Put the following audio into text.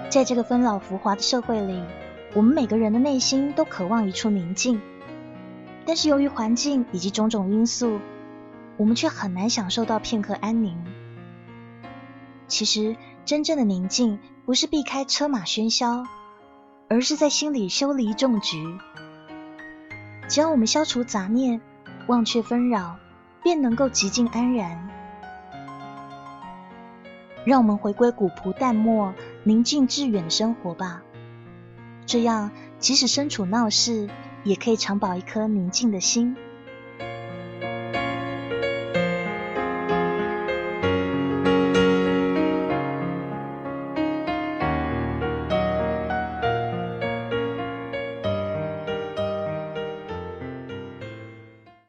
在这个纷扰浮华的社会里，我们每个人的内心都渴望一处宁静，但是由于环境以及种种因素，我们却很难享受到片刻安宁。其实真正的宁静不是避开车马喧嚣，而是在心里修篱种菊。只要我们消除杂念，忘却纷扰，便能够极尽安然。让我们回归古朴淡漠、宁静致远的生活吧，这样即使身处闹市，也可以常保一颗宁静的心。